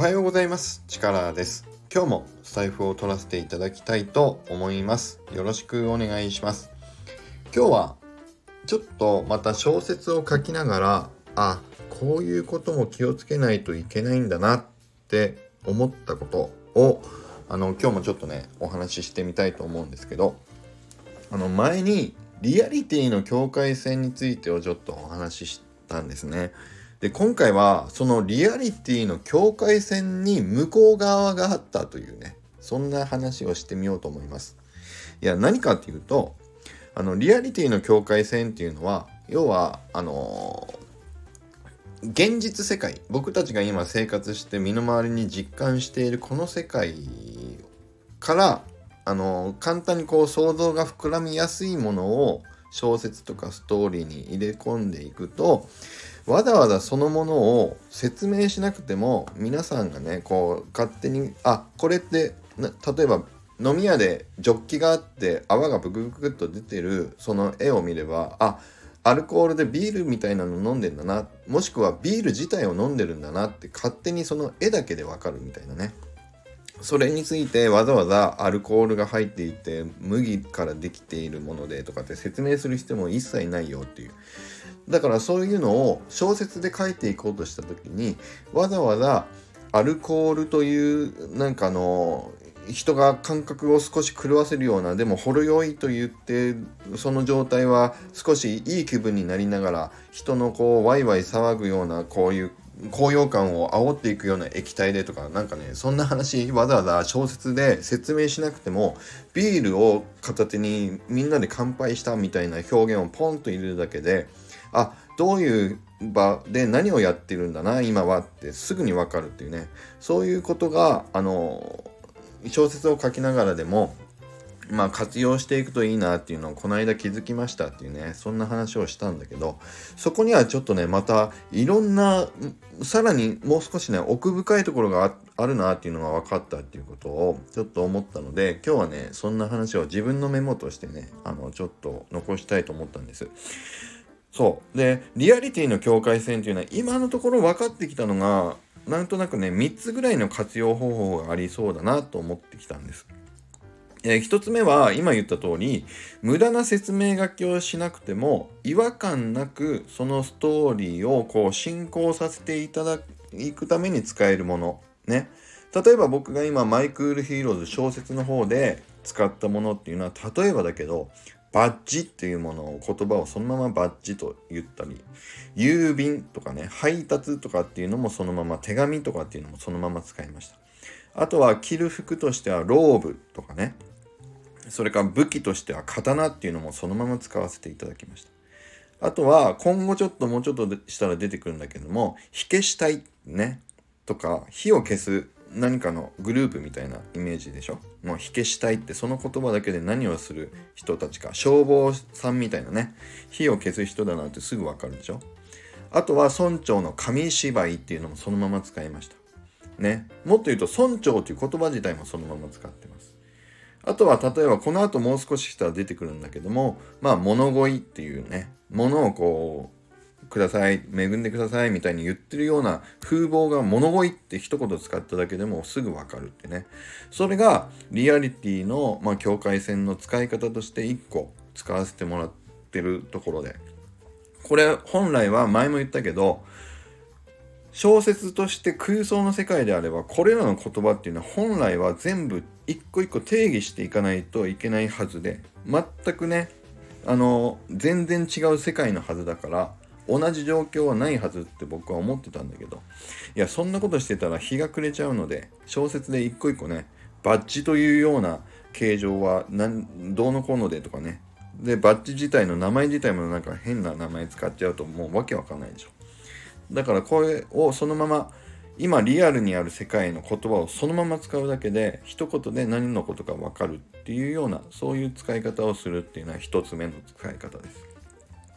はようございます。チカラです。今日もスタイフを取らせていただきたいと思います。よろしくお願いします。今日はちょっとまた小説を書きながら、こういうことも気をつけないといけないんだなって思ったことを今日もちょっとねお話ししてみたいと思うんですけど、前にリアリティの境界線についてをちょっとお話ししたんですね。で、今回はそのリアリティの境界線に向こう側があったというね、そんな話をしてみようと思います。いや、何かっていうと、リアリティの境界線っていうのは、要は現実世界、僕たちが今生活して身の回りに実感しているこの世界から簡単に想像が膨らみやすいものを小説とかストーリーに入れ込んでいくと、わざわざそのものを説明しなくても皆さんがね勝手にこれって例えば飲み屋でジョッキがあって泡がブクブクっと出てるその絵を見ればアルコールでビールみたいなの飲んでんだな、もしくはビール自体を飲んでるんだなって勝手にその絵だけでわかるみたいなね。それについてわざわざアルコールが入っていて麦からできているものでとかって説明する必要も一切ないよっていう。だからそういうのを小説で書いていこうとした時にわざわざアルコールという人が感覚を少し狂わせるような、でもほろ酔いと言ってその状態は少しいい気分になりながら人のワイワイ騒ぐようなこういう高揚感を煽っていくような液体でとかそんな話わざわざ小説で説明しなくても、ビールを片手にみんなで乾杯したみたいな表現をポンと入れるだけでどういう場で何をやってるんだな今はってすぐに分かるっていうね、そういうことが小説を書きながらでも活用していくといいなっていうのをこの間気づきましたっていうね、そんな話をしたんだけど、そこにはちょっとねまたいろんなさらにもう少しね奥深いところがあるなっていうのが分かったっていうことをちょっと思ったので、今日はねそんな話を自分のメモとしてねちょっと残したいと思ったんです。そうで、リアリティの境界線っていうのは今のところ分かってきたのがなんとなくね3つぐらいの活用方法がありそうだなと思ってきたんです。1つ目は今言った通り無駄な説明書きをしなくても違和感なくそのストーリーを進行させていくために使えるものね。例えば僕が今マイクールヒーローズ小説の方で使ったものっていうのは、例えばだけどバッジっていうものを言葉をそのままバッジと言ったり、郵便とかね配達とかっていうのもそのまま、手紙とかっていうのもそのまま使いました。あとは着る服としてはローブとかね、それから武器としては刀っていうのもそのまま使わせていただきました。あとは今後もうちょっとしたら出てくるんだけども、火消したいねとか火を消す何かのグループみたいなイメージでしょ。もう火消したいってその言葉だけで何をする人たちか、消防さんみたいなね、火を消す人だなってすぐわかるでしょ。あとは村長の紙芝居っていうのもそのまま使いましたね。もっと言うと村長という言葉自体もそのまま使ってます。あとは例えばこの後もう少ししたら出てくるんだけども、物乞いっていうね、物をください、恵んでくださいみたいに言ってるような風貌が物乞いって一言使っただけでもすぐわかるってね。それがリアリティの境界線の使い方として1個使わせてもらってるところで、これ本来は前も言ったけど小説として空想の世界であればこれらの言葉っていうのは本来は全部一個一個定義していかないといけないはずで、全くね全然違う世界のはずだから同じ状況はないはずって僕は思ってたんだけど、いやそんなことしてたら日が暮れちゃうので、小説で一個一個ねバッジというような形状はどうのこうのでとかね、でバッジ自体の名前自体も変な名前使っちゃうともうわけわかんないでしょ。だからこれをそのまま今リアルにある世界の言葉をそのまま使うだけで一言で何のことか分かるっていうような、そういう使い方をするっていうのは一つ目の使い方です。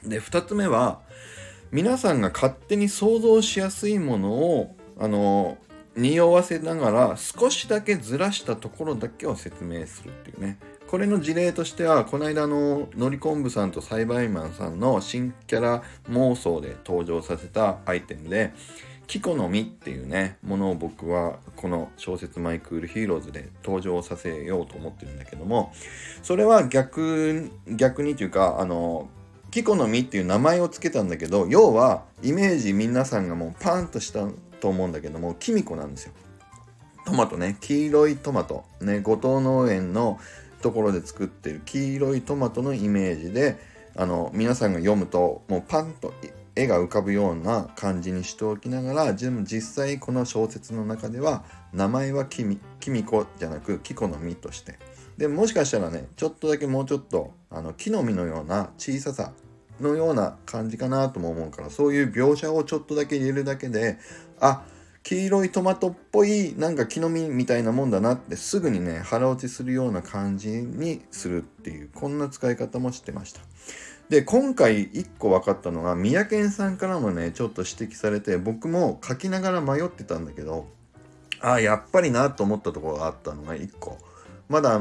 で二つ目は皆さんが勝手に想像しやすいものを匂わせながら少しだけずらしたところだけを説明するっていうね。これの事例としてはこの間ののりこんぶさんと栽培マンさんの新キャラ妄想で登場させたアイテムで、 キコの実っていうねものを僕はこの小説マイクールヒーローズで登場させようと思ってるんだけども、それは逆にというかキコの実っていう名前をつけたんだけど、要はイメージ皆さんがもうパーンとしたと思うんだけども、キミコなんですよ。トマトね、黄色いトマトね、後藤農園のところで作ってる黄色いトマトのイメージで皆さんが読むともうパンと絵が浮かぶような感じにしておきながら、実際この小説の中では名前はキミコじゃなくキコの実として、でもしかしたらねちょっとだけもうちょっと木の実のような小ささのような感じかなとも思うから、そういう描写をちょっとだけ入れるだけで、黄色いトマトっぽいなんか木の実みたいなもんだなってすぐにね腹落ちするような感じにするっていう、こんな使い方もしてました。で今回一個分かったのが、三宅さんからもねちょっと指摘されて、僕も書きながら迷ってたんだけど、やっぱりなと思ったところがあったのが一個、まだ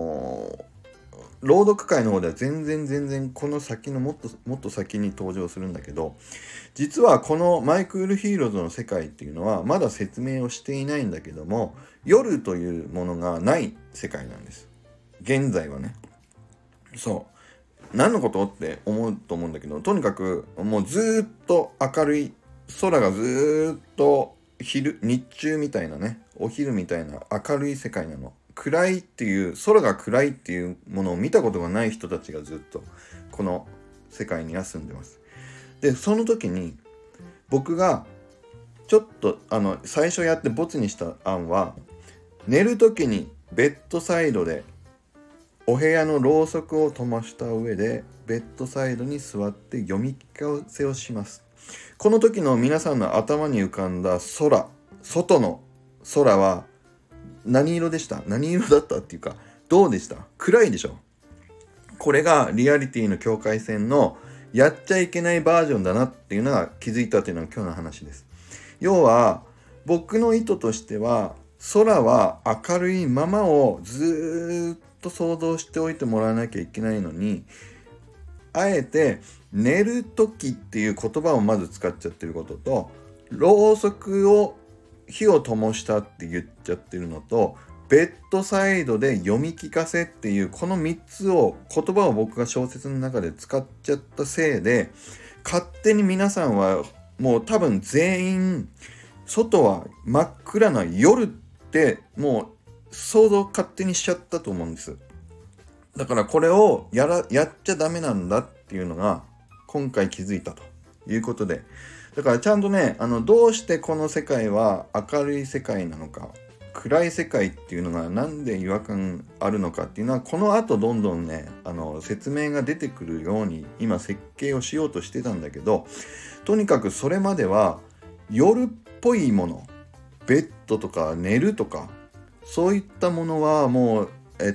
朗読会の方では全然この先のもっと先に登場するんだけど、実はこのマイクールヒーローズの世界っていうのはまだ説明をしていないんだけども、夜というものがない世界なんです、現在はね。そう何のことって思うと思うんだけど、とにかくもうずっと明るい空がずっと日中みたいなね、お昼みたいな明るい世界なの。暗いっていう、空が暗いっていうものを見たことがない人たちがずっとこの世界には住んでます。でその時に僕がちょっと最初やってボツにした案は、寝る時にベッドサイドでお部屋のろうそくを灯した上でベッドサイドに座って読み聞かせをします。この時の皆さんの頭に浮かんだ外の空は何色でした？何色だったっていうか、どうでした？暗いでしょ？これがリアリティの境界線のやっちゃいけないバージョンだなっていうのが気づいたっていうのが今日の話です。要は僕の意図としては、空は明るいままをずっと想像しておいてもらわなきゃいけないのに、あえて寝る時っていう言葉をまず使っちゃってることと、ろうそくを火を灯したって言っちゃってるのと、ベッドサイドで読み聞かせっていうこの3つを言葉を僕が小説の中で使っちゃったせいで、勝手に皆さんはもう多分全員外は真っ暗な夜ってもう想像勝手にしちゃったと思うんです。だからこれをやっちゃダメなんだっていうのが今回気づいたということで、だからちゃんとねどうしてこの世界は明るい世界なのか、暗い世界っていうのがなんで違和感あるのかっていうのは、この後どんどんね説明が出てくるように今設計をしようとしてたんだけど、とにかくそれまでは夜っぽいもの、ベッドとか寝るとかそういったものはもう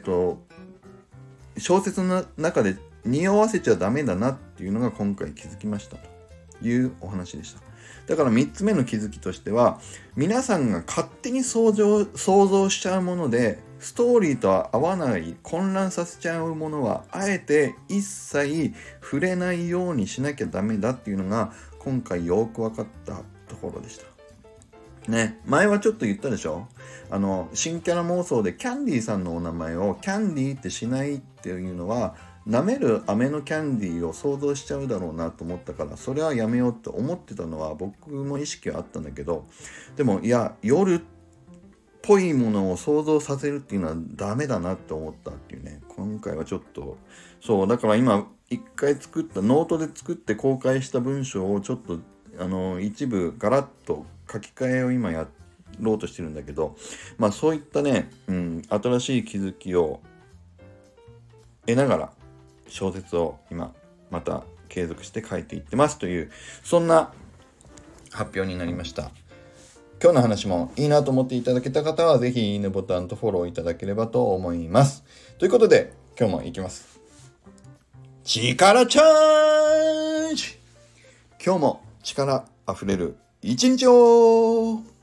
小説の中で匂わせちゃダメだなっていうのが今回気づきましたというお話でした。だから3つ目の気づきとしては、皆さんが勝手に想像しちゃうものでストーリーとは合わない混乱させちゃうものはあえて一切触れないようにしなきゃダメだっていうのが今回よく分かったところでしたね。前はちょっと言ったでしょ、新キャラ妄想でキャンディーさんのお名前をキャンディーってしないっていうのは、舐める飴のキャンディーを想像しちゃうだろうなと思ったから、それはやめようって思ってたのは僕も意識はあったんだけど、でもいや夜っぽいものを想像させるっていうのはダメだなって思ったっていうね。今回はちょっとだから今一回作ったノートで作って公開した文章をちょっと一部ガラッと書き換えを今やろうとしてるんだけど、そういったね、新しい気づきを得ながら小説を今また継続して書いていってますという、そんな発表になりました。今日の話もいいなと思っていただけた方はぜひいいねボタンとフォローいただければと思います。ということで今日もいきます。力チャージ。今日も力あふれる一日を。